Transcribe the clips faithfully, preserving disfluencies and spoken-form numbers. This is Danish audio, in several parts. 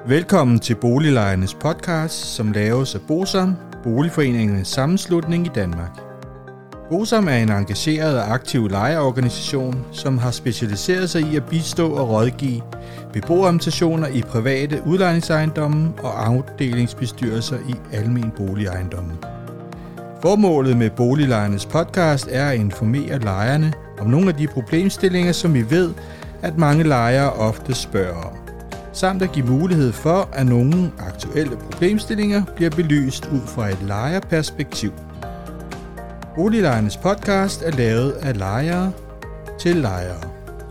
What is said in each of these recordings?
Velkommen til Boliglejernes podcast, som laves af BOSAM, Boligforeningernes Sammenslutning i Danmark. BOSAM er en engageret og aktiv lejerorganisation, som har specialiseret sig i at bistå og rådgive beboerrepræsentationer i private udlejningsejendomme og afdelingsbestyrelser i almen boligejendomme. Formålet med Boliglejernes podcast er at informere lejerne om nogle af de problemstillinger, som vi ved, at mange lejere ofte spørger om, samt at give mulighed for, at nogle aktuelle problemstillinger bliver belyst ud fra et lejerperspektiv. Boliglejernes podcast er lavet af lejere til lejere.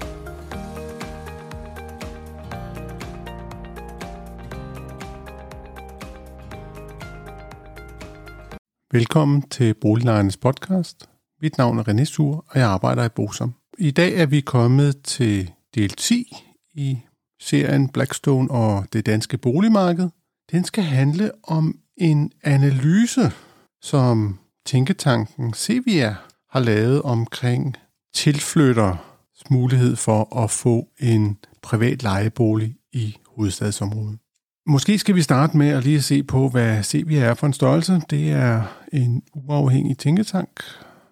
Velkommen til Boliglejernes podcast. Mit navn er René Sur, og jeg arbejder i BOSAM. I dag er vi kommet til del ti i serien Blackstone og det danske boligmarked. Den skal handle om en analyse, som tænketanken Cevia har lavet omkring tilflytteres mulighed for at få en privat lejebolig i hovedstadsområdet. Måske skal vi starte med at lige se på, hvad Cevia er for en størrelse. Det er en uafhængig tænketank,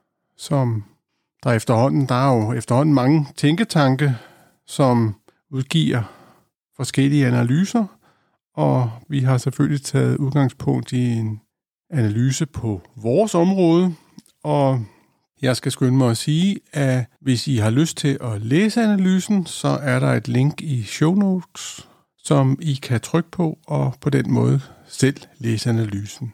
som der efterhånden, der er jo efterhånden mange tænketanke, som udgiver forskellige analyser, og vi har selvfølgelig taget udgangspunkt i en analyse på vores område, og jeg skal skynde mig at sige, at hvis I har lyst til at læse analysen, så er der et link i show notes, som I kan trykke på, og på den måde selv læse analysen.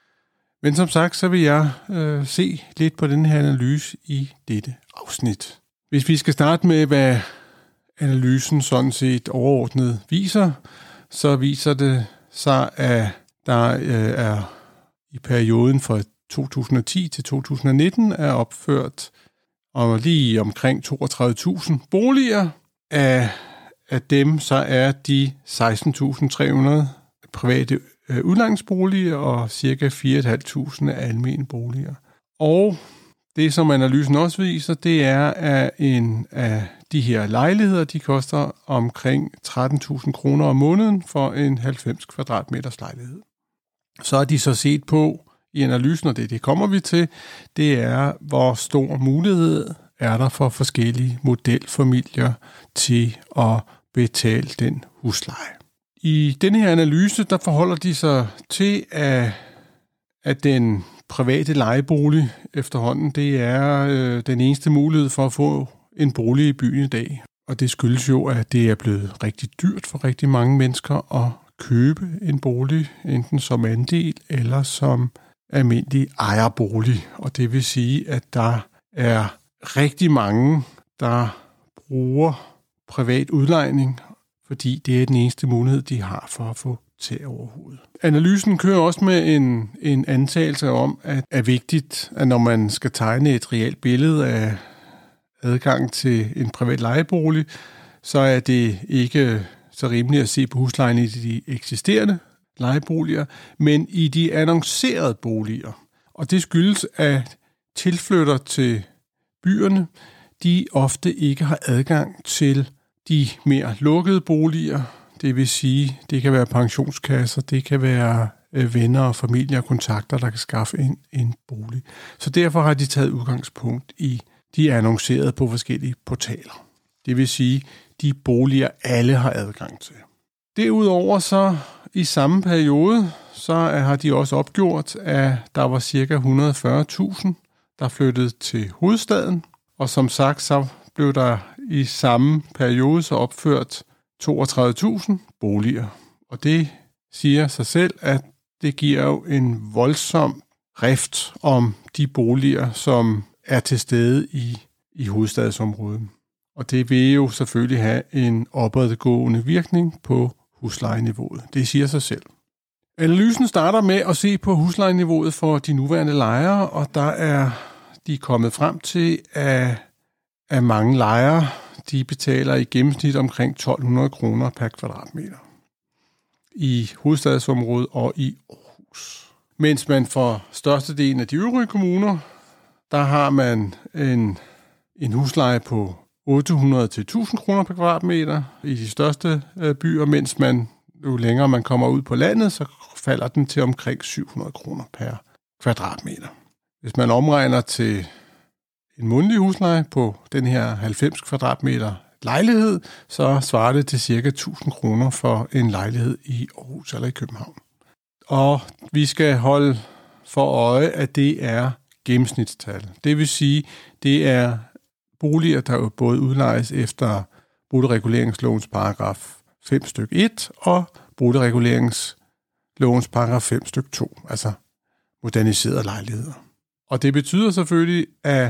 Men som sagt, så vil jeg øh, se lidt på den her analyse i dette afsnit. Hvis vi skal starte med, hvad analysen sådan set overordnet viser, så viser det sig, at der øh, er i perioden fra to tusind og ti til to tusind og nitten er opført og lige omkring toogtredive tusind boliger. Af, af dem så er de seksten tusind tre hundrede private øh, udlejningsboliger og ca. fire tusind fem hundrede almene boliger. Og det, som analysen også viser, det er, at en af de her lejligheder, de koster omkring tretten tusind kroner om måneden for en halvfems kvadratmeters lejlighed. Så er de så set på i analysen, og det, det kommer vi til, det er, hvor stor mulighed er der for forskellige modelfamilier til at betale den husleje. I denne her analyse, der forholder de sig til, at, at den private lejebolig efterhånden, det er øh, den eneste mulighed for at få en bolig i byen i dag. Og det skyldes jo, at det er blevet rigtig dyrt for rigtig mange mennesker at købe en bolig, enten som andel eller som almindelig ejerbolig. Og det vil sige, at der er rigtig mange, der bruger privat udlejning, fordi det er den eneste mulighed, de har for at få tag over hovedet. Analysen kører også med en, en antagelse om, at det er vigtigt, at når man skal tegne et reelt billede af adgang til en privat lejebolig, så er det ikke så rimeligt at se på huslejen i de eksisterende lejeboliger, men i de annoncerede boliger. Og det skyldes, at tilflytter til byerne, de ofte ikke har adgang til de mere lukkede boliger. Det vil sige, det kan være pensionskasser, det kan være venner og familie og kontakter, der kan skaffe en, en bolig. Så derfor har de taget udgangspunkt i de er annonceret på forskellige portaler. Det vil sige, de boliger alle har adgang til. Derudover så i samme periode, så har de også opgjort, at der var ca. et hundrede og fyrre tusind, der flyttede til hovedstaden. Og som sagt, så blev der i samme periode så opført toogtredive tusind boliger. Og det siger sig selv, at det giver jo en voldsom rift om de boliger, som er til stede i, i hovedstadsområdet. Og det vil jo selvfølgelig have en opadgående virkning på huslejeniveauet. Det siger sig selv. Analysen starter med at se på huslejeniveauet for de nuværende lejere, og der er de kommet frem til, at, at mange lejere de betaler i gennemsnit omkring tolv hundrede kroner per kvadratmeter i hovedstadsområdet og i Aarhus. Mens man for størstedelen af de øvrige kommuner, der har man en, en husleje på otte hundrede til tusind kroner per kvadratmeter i de største byer, mens man jo længere man kommer ud på landet, så falder den til omkring syv hundrede kroner per kvadratmeter. Hvis man omregner til en månedlig husleje på den her halvfems kvadratmeter lejlighed, så svarer det til cirka tusind kroner for en lejlighed i Aarhus eller i København. Og vi skal holde for øje, at det er gennemsnitstal. Det vil sige, det er boliger, der jo både udlejes efter boligreguleringslovens paragraf fem stykke et og boligreguleringslovens paragraf fem stykke to, altså moderniserede lejligheder. Og det betyder selvfølgelig, at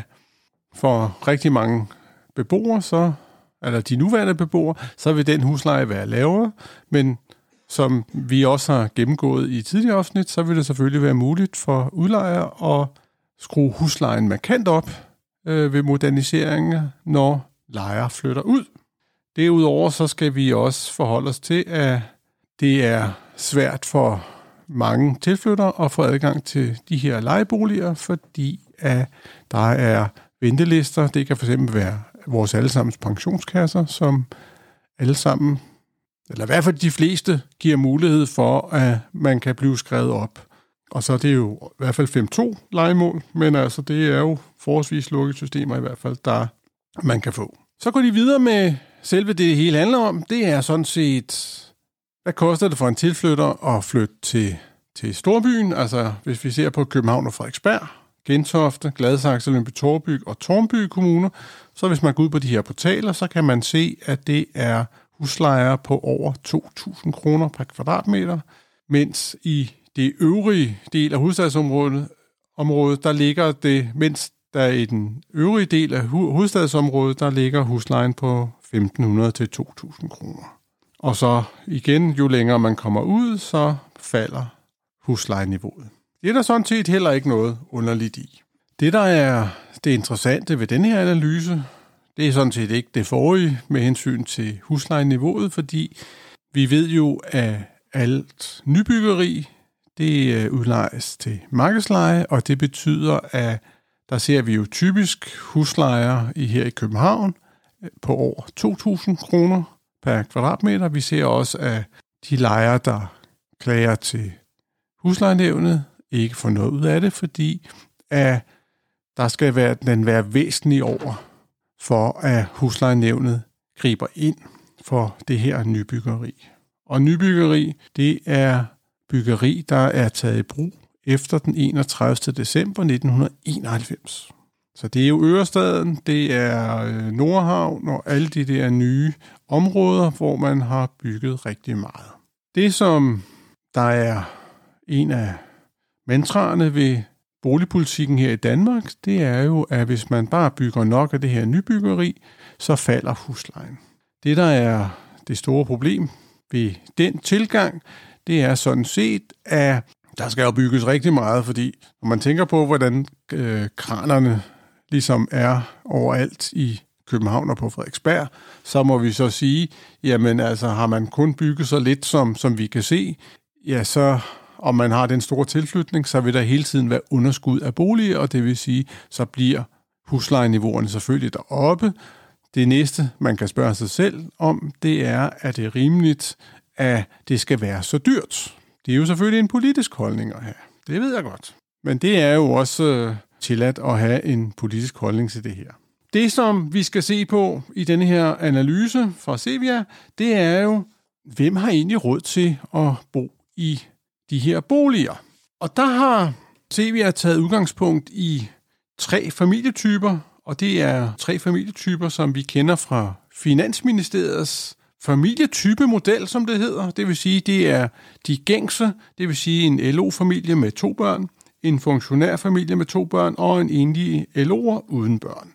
for rigtig mange beboere, så, eller de nuværende beboere, så vil den husleje være lavere, men som vi også har gennemgået i tidligere afsnit, så vil det selvfølgelig være muligt for udlejere at skrue huslejen markant op øh, ved moderniseringer, når lejere flytter ud. Derudover så skal vi også forholde os til, at det er svært for mange tilflyttere at få adgang til de her lejeboliger, fordi at der er ventelister. Det kan fx være vores allesammens pensionskasser, som alle sammen, eller i hvert fald de fleste, giver mulighed for, at man kan blive skrevet op. Og så er det jo i hvert fald fem to lejemål, men altså det er jo forholdsvis lukkede systemer i hvert fald, der man kan få. Så går de videre med selve det hele handler om. Det er sådan set, hvad koster det for en tilflytter at flytte til, til storbyen? Altså hvis vi ser på København og Frederiksberg, Gentofte, Gladsaxe, Lyngby-Taarbæk og Tårnby kommuner, så hvis man går ud på de her portaler, så kan man se, at det er huslejer på over to tusind kroner per kvadratmeter, mens i det øvrige del af hovedstadsområdet, området, der ligger det, mens der i den øvrige del af hovedstadsområdet, der ligger huslejen på femten hundrede til to tusind kroner. Og så igen, jo længere man kommer ud, så falder huslejeniveauet. Det er der sådan set heller ikke noget underligt i. Det, der er det interessante ved denne her analyse, det er sådan set ikke det forrige med hensyn til huslejeniveauet, fordi vi ved jo, at alt nybyggeri, det udlejes til markedsleje, og det betyder, at der ser vi jo typisk huslejer i her i København på over to tusind kroner per kvadratmeter. Vi ser også, at de lejere, der klager til huslejenævnet, ikke får noget ud af det, fordi at der skal være, den være væsentlig over, for at huslejenævnet griber ind for det her nybyggeri. Og nybyggeri, det er byggeri, der er taget i brug efter den enogtredivte december nitten enoghalvfems. Så det er jo Ørestaden, det er Nordhavn og alle de der nye områder, hvor man har bygget rigtig meget. Det, som der er en af mantraerne ved boligpolitikken her i Danmark, det er jo, at hvis man bare bygger nok af det her nybyggeri, så falder huslejen. Det, der er det store problem ved den tilgang, det er sådan set, at der skal jo bygges rigtig meget, fordi når man tænker på, hvordan øh, kranerne ligesom er overalt i København og på Frederiksberg, så må vi så sige, jamen altså har man kun bygget så lidt, som, som vi kan se, ja så om man har den store tilflytning, så vil der hele tiden være underskud af boliger, og det vil sige, så bliver huslejeniveauerne selvfølgelig deroppe. Det næste, man kan spørge sig selv om, det er, at det er rimeligt, at det skal være så dyrt. Det er jo selvfølgelig en politisk holdning at have. Det ved jeg godt. Men det er jo også øh, tilladt at have en politisk holdning til det her. Det, som vi skal se på i denne her analyse fra Cevia, det er jo, hvem har egentlig råd til at bo i de her boliger? Og der har Cevia taget udgangspunkt i tre familietyper, og det er tre familietyper, som vi kender fra Finansministeriets familietypemodel, som det hedder. Det vil sige, det er de gængse, det vil sige en L O-familie med to børn, en funktionærfamilie med to børn og en enlig L O'er uden børn.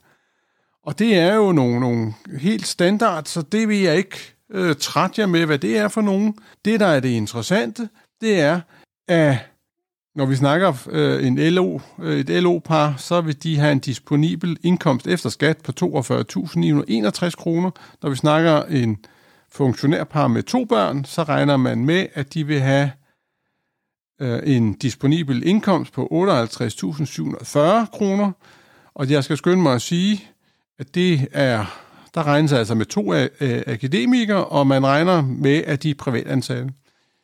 Og det er jo nogle, nogle helt standard, så det vil jeg ikke øh, trætte jer med, hvad det er for nogen. Det, der er det interessante, det er, at når vi snakker øh, en L O, øh, et L O-par, så vil de have en disponibel indkomst efter skat på toogfyrre tusind ni hundrede og enogtres kroner. Når vi snakker en funktionærpar med to børn, så regner man med, at de vil have øh, en disponibel indkomst på otteoghalvtreds tusind syv hundrede og fyrre kroner. Og jeg skal skynde mig at sige, at det er, der regnes altså med to akademikere, og man regner med, at de er privatansatte.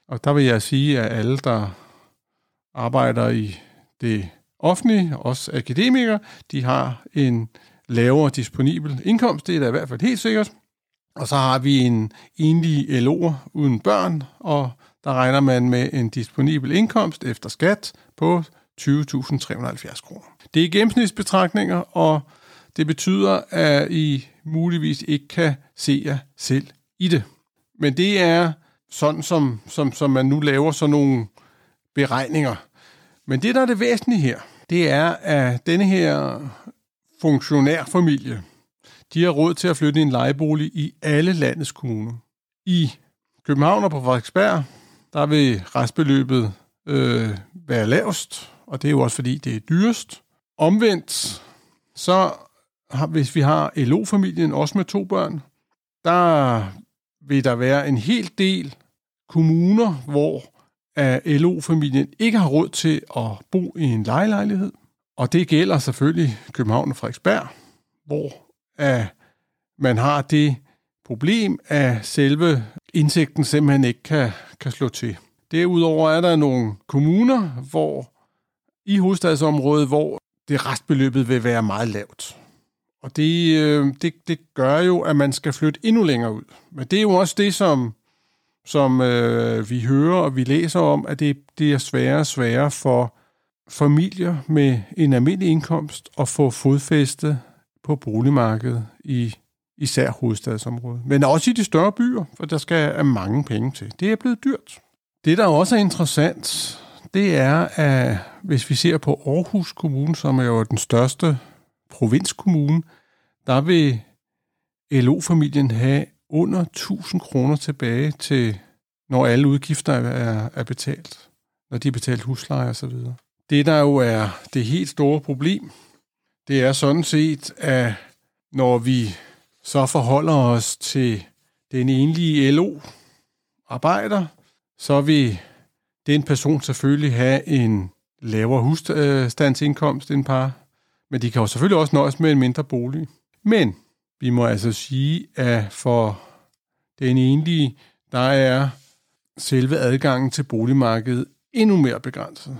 Og der vil jeg sige, at alle, der arbejder i det offentlige, også akademikere, de har en lavere disponibel indkomst. Det er da i hvert fald helt sikkert. Og så har vi en enlig L O'er uden børn, og der regner man med en disponibel indkomst efter skat på tyve tusind tre hundrede og halvfjerds kroner. Det er gennemsnitsbetragtninger, og det betyder, at I muligvis ikke kan se jer selv i det. Men det er sådan, som, som, som man nu laver sådan nogle beregninger. Men det, der er det væsentlige her, det er, at denne her funktionærfamilie, de har råd til at flytte i en lejebolig i alle landets kommuner. I København og på Frederiksberg, der vil restbeløbet øh, være lavest, og det er jo også fordi, det er dyrest. Omvendt, så har, hvis vi har L O-familien, også med to børn, der vil der være en hel del kommuner, hvor L O-familien ikke har råd til at bo i en lejelejlighed. Og det gælder selvfølgelig København og Frederiksberg, hvor at man har det problem, at selve indsigten simpelthen ikke kan, kan slå til. Derudover er der nogle kommuner, hvor i hovedstadsområdet, hvor det restbeløbet vil være meget lavt. Og det, det, det gør jo, at man skal flytte endnu længere ud. Men det er jo også det, som, som øh, vi hører og vi læser om, at det, det er sværere og sværere for familier med en almindelig indkomst at få fodfæste på boligmarkedet i især hovedstadsområdet. Men også i de større byer, for der skal mange penge til. Det er blevet dyrt. Det, der også er interessant, det er, at hvis vi ser på Aarhus Kommune, som er jo den største provinskommune, der vil L O-familien have under tusind kroner tilbage til, når alle udgifter er, er betalt, når de er betalt husleje og så videre. Det, der jo er det helt store problem, det er sådan set, at når vi så forholder os til den enlige L O-arbejder, så vil den person selvfølgelig have en lavere husstandsindkomst end par, men de kan jo selvfølgelig også nøjes med en mindre bolig. Men vi må altså sige, at for den enlige, der er selve adgangen til boligmarkedet endnu mere begrænset.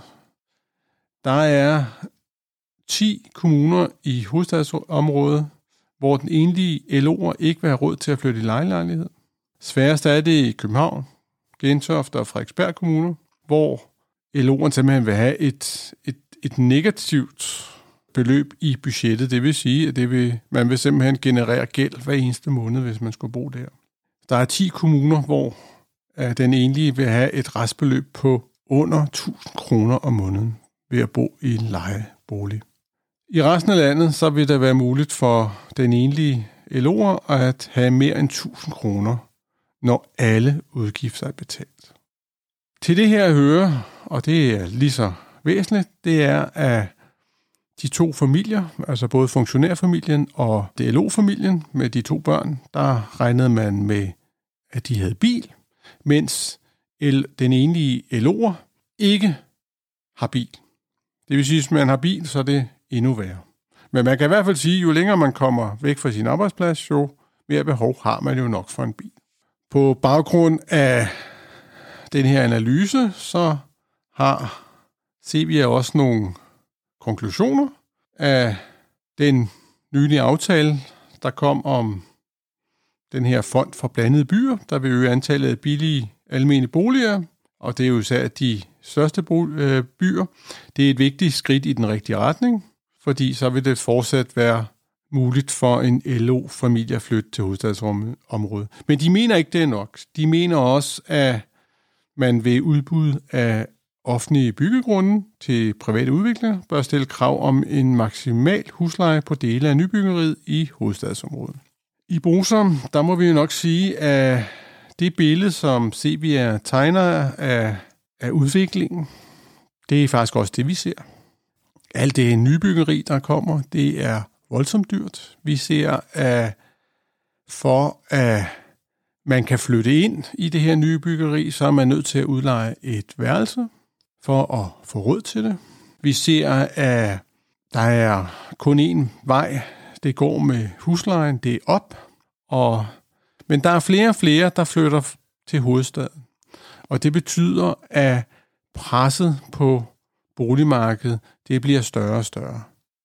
Der er ti kommuner i hovedstadsområdet, hvor den enlige L O'er ikke vil have råd til at flytte i lejelejlighed. Sværest er det i København, Gentofte og Frederiksberg kommuner, hvor L O'eren simpelthen vil have et, et, et negativt beløb i budgettet. Det vil sige, at det vil, man vil simpelthen generere gæld hver eneste måned, hvis man skulle bo der. Der er ti kommuner, hvor den enlige vil have et restbeløb på under tusind kroner om måneden ved at bo i en lejebolig. I resten af landet så vil det være muligt for den enlige L O'er at have mere end tusind kroner, når alle udgifter er betalt. Til det her hører, og det er lige så væsentligt, det er, at de to familier, altså både funktionærfamilien og D L O-familien med de to børn, der regnede man med, at de havde bil, mens den enlige L O'er ikke har bil. Det vil sige, at hvis man har bil, så er det endnu værre. Men man kan i hvert fald sige, at jo længere man kommer væk fra sin arbejdsplads, jo mere behov har man jo nok for en bil. På baggrund af den her analyse, så har C V også nogle konklusioner af den nylige aftale, der kom om den her fond for blandede byer, der vil øge antallet af billige almene boliger, og det er jo især de største byer. Det er et vigtigt skridt i den rigtige retning, fordi så vil det fortsat være muligt for en L O-familie at flytte til hovedstadsområdet. Men de mener ikke, det er nok. De mener også, at man ved udbud af offentlige byggegrunde til private udviklere bør stille krav om en maksimal husleje på dele af nybyggeriet i hovedstadsområdet. I Bosom, der må vi jo nok sige, at det billede, som C V R tegner af, af udviklingen, det er faktisk også det, vi ser. Alt det nybyggeri, der kommer, det er voldsomt dyrt. Vi ser, at for at man kan flytte ind i det her nye byggeri, så er man nødt til at udleje et værelse for at få råd til det. Vi ser, at der er kun én vej, det går med huslejen, det er op. Og, men der er flere og flere, der flytter til hovedstaden. Og det betyder, at presset på boligmarkedet, det bliver større og større.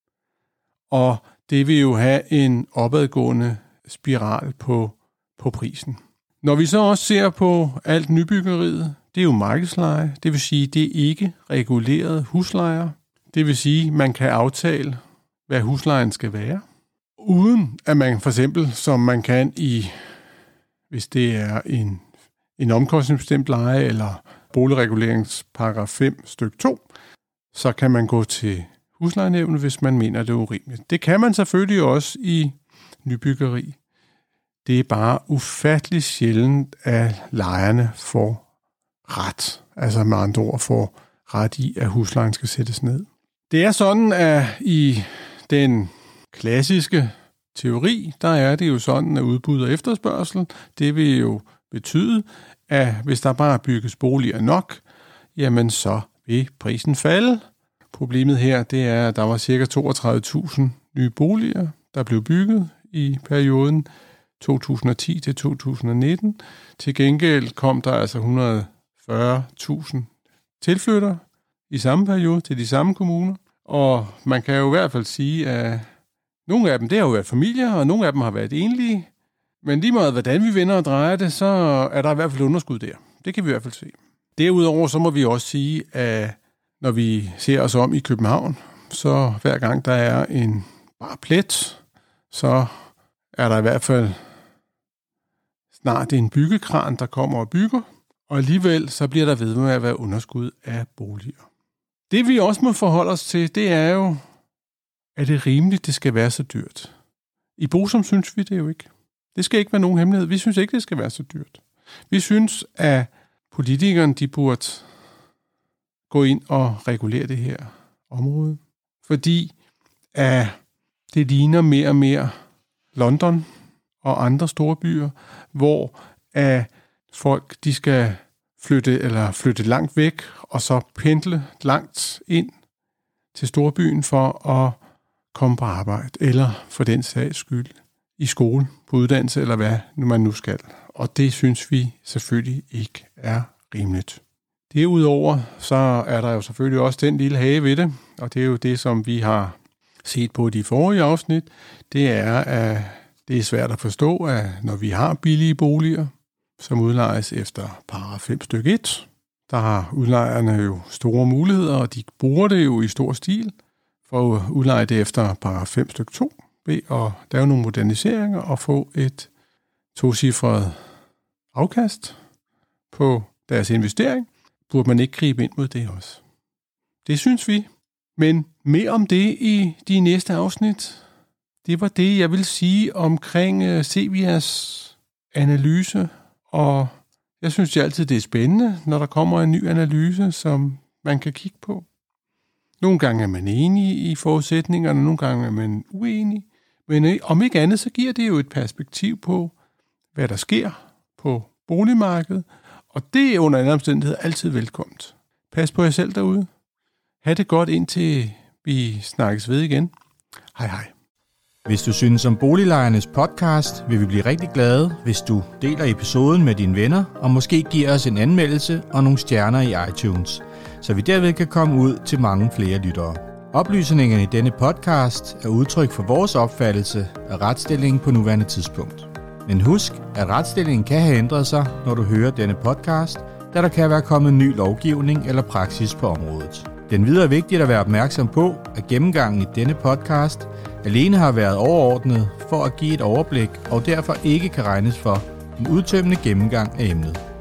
Og det vil jo have en opadgående spiral på, på prisen. Når vi så også ser på alt nybyggeriet, det er jo markedsleje. Det vil sige, det er ikke regulerede huslejer. Det vil sige, man kan aftale, hvad huslejen skal være, uden at man for eksempel, som man kan i, hvis det er en, en omkostningsbestemt leje eller boligreguleringsparagraf fem stykke to, så kan man gå til huslejenævnet, hvis man mener, det er urimeligt. Det kan man selvfølgelig også i nybyggeri. Det er bare ufattelig sjældent, at lejerne får ret. Altså med andre ord får ret i, at huslejen skal sættes ned. Det er sådan, at i den klassiske teori, der er det jo sådan, at udbud og efterspørgsel, det vil jo betyde, at hvis der bare bygges boliger nok, jamen så vil prisen falde. Problemet her, det er, at der var ca. toogtredive tusind nye boliger, der blev bygget i perioden to tusind og ti til to tusind og nitten. Til gengæld kom der altså et hundrede og fyrre tusind tilflyttere i samme periode til de samme kommuner. Og man kan jo i hvert fald sige, at nogle af dem, det har jo været familier, og nogle af dem har været enlige. Men lige meget hvordan vi vender og drejer det, så er der i hvert fald underskud der. Det kan vi i hvert fald se. Derudover så må vi også sige, at når vi ser os om i København, så hver gang der er en bare plet, så er der i hvert fald snart en byggekran, der kommer og bygger, og alligevel så bliver der ved med at være underskud af boliger. Det vi også må forholde os til, det er jo, er det rimeligt, det skal være så dyrt? I Bosom synes vi det jo ikke. Det skal ikke være nogen hemmelighed. Vi synes ikke, det skal være så dyrt. Vi synes, at politikerne, de burde gå ind og regulere det her område, fordi at det ligner mere og mere London og andre store byer, hvor at folk de skal flytte eller flytte langt væk og så pendle langt ind til storbyen for at komme på arbejde, eller for den sags skyld i skole, på uddannelse, eller hvad man nu skal. Og det synes vi selvfølgelig ikke er rimeligt. Derudover så er der jo selvfølgelig også den lille hage ved det, og det er jo det, som vi har set på de forrige afsnit, det er, at det er svært at forstå, at når vi har billige boliger, som udlejes efter paragraf fem stykke et, der har udlejerne jo store muligheder, og de bruger det jo i stor stil for at udleje det efter paragraf fem stykke to, ved at lave nogle moderniseringer og få et tocifret afkast på deres investering. Burde man ikke gribe ind mod det også? Det synes vi. Men mere om det i de næste afsnit. Det var det, jeg vil sige omkring Cevias analyse. Og jeg synes jo altid, det er spændende, når der kommer en ny analyse, som man kan kigge på. Nogle gange er man enig i forudsætningerne, nogle gange er man uenig. Men om ikke andet, så giver det jo et perspektiv på, hvad der sker på boligmarkedet. Og det er under en omstændighed altid velkomment. Pas på jer selv derude. Ha' det godt indtil vi snakkes ved igen. Hej hej. Hvis du synes om Boliglejernes podcast, vil vi blive rigtig glade, hvis du deler episoden med dine venner, og måske giver os en anmeldelse og nogle stjerner i iTunes, så vi derved kan komme ud til mange flere lyttere. Oplysningerne i denne podcast er udtryk for vores opfattelse af retsstillingen på nuværende tidspunkt. Men husk, at retsstillingen kan have ændret sig, når du hører denne podcast, da der kan være kommet ny lovgivning eller praksis på området. Den videre er vigtigt at være opmærksom på, at gennemgangen i denne podcast alene har været overordnet for at give et overblik og derfor ikke kan regnes for en udtømmende gennemgang af emnet.